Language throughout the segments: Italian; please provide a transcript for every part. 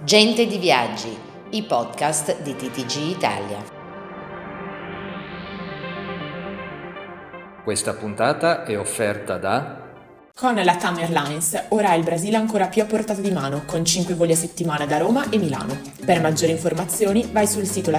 Gente di Viaggi, i podcast di TTG Italia. Questa puntata è offerta da... Con la TAM Airlines, ora il Brasile ancora più a portata di mano, con 5 voli a settimana da Roma e Milano. Per maggiori informazioni vai sul sito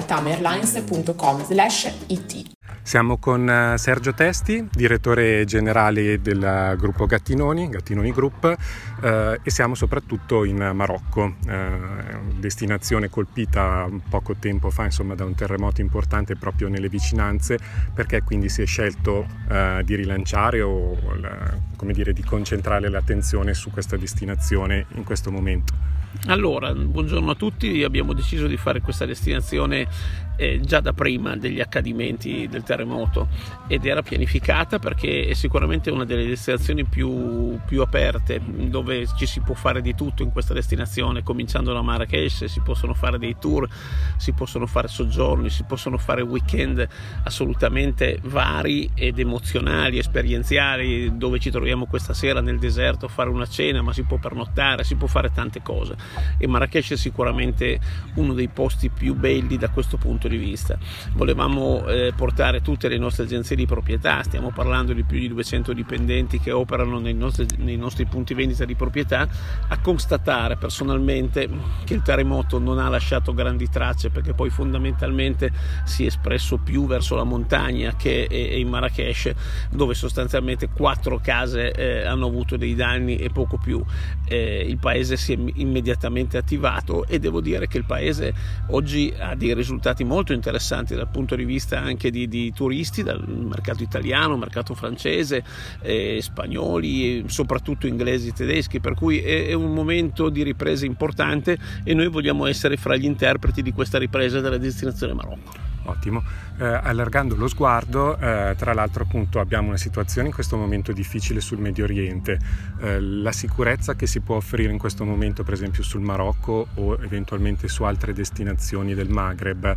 latamirlines.com/it. Siamo con Sergio Testi, direttore generale del gruppo Gattinoni Group, e siamo soprattutto in Marocco, destinazione colpita poco tempo fa da un terremoto importante proprio nelle vicinanze. Perché quindi si è scelto di rilanciare o di concentrare l'attenzione su questa destinazione in questo momento? Allora, buongiorno a tutti. Abbiamo deciso di fare questa destinazione già da prima degli accadimenti del terremoto ed era pianificata perché è sicuramente una delle destinazioni più aperte, dove ci si può fare di tutto in questa destinazione, cominciando da Marrakech. Si possono fare dei tour, si possono fare soggiorni, si possono fare weekend assolutamente vari ed emozionali, esperienziali, dove ci troviamo questa sera nel deserto a fare una cena, ma si può pernottare, si può fare tante cose, e Marrakech è sicuramente uno dei posti più belli da questo punto di vista. Volevamo portare tutte le nostre agenzie di proprietà, stiamo parlando di più di 200 dipendenti che operano nei nostri punti vendita di proprietà, a constatare personalmente che il terremoto non ha lasciato grandi tracce, perché poi fondamentalmente si è espresso più verso la montagna che in Marrakech, dove sostanzialmente 4 case hanno avuto dei danni e poco più. Il paese si è immediatamente attivato e devo dire che il paese oggi ha dei risultati molto interessanti dal punto di vista anche di turisti, dal mercato italiano, mercato francese, spagnoli, soprattutto inglesi e tedeschi, per cui è un momento di ripresa importante e noi vogliamo essere fra gli interpreti di questa ripresa della destinazione Marocco. Ottimo. Allargando lo sguardo, tra l'altro appunto abbiamo una situazione in questo momento difficile sul Medio Oriente. La sicurezza che si può offrire in questo momento, per esempio sul Marocco o eventualmente su altre destinazioni del Maghreb,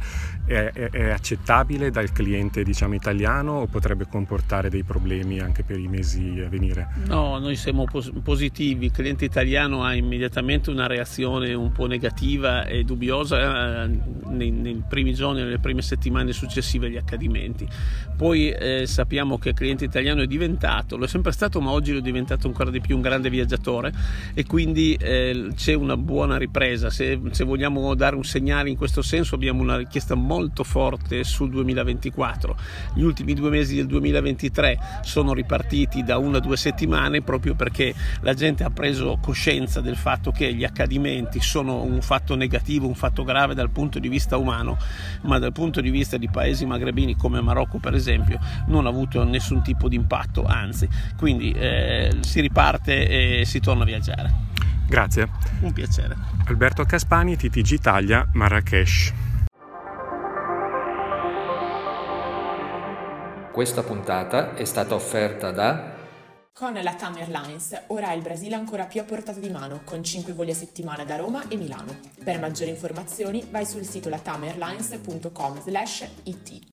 è accettabile dal cliente italiano o potrebbe comportare dei problemi anche per i mesi a venire? No, noi siamo positivi. Il cliente italiano ha immediatamente una reazione un po' negativa e dubbiosa nei primi giorni, nelle prime settimane successive agli accadimenti. Poi sappiamo che il cliente italiano è diventato, lo è sempre stato, ma oggi lo è diventato ancora di più, un grande viaggiatore, e quindi c'è una buona ripresa. Se vogliamo dare un segnale in questo senso, abbiamo una richiesta molto forte sul 2024. Gli ultimi 2 mesi del 2023 sono ripartiti da 1 a 2 settimane, proprio perché la gente ha preso coscienza del fatto che gli accadimenti sono un fatto negativo, un fatto grave dal punto di vista umano, ma dal punto di vista di paesi magrebini come Marocco per esempio non ha avuto nessun tipo di impatto, anzi. Quindi si riparte e si torna a viaggiare. Grazie. Un piacere. Alberto Caspani, TTG Italia, Marrakech. Questa puntata è stata offerta da... Con la TAM Airlines, ora il Brasile ancora più a portata di mano, con 5 voli a settimana da Roma e Milano. Per maggiori informazioni vai sul sito latamirlines.com/it.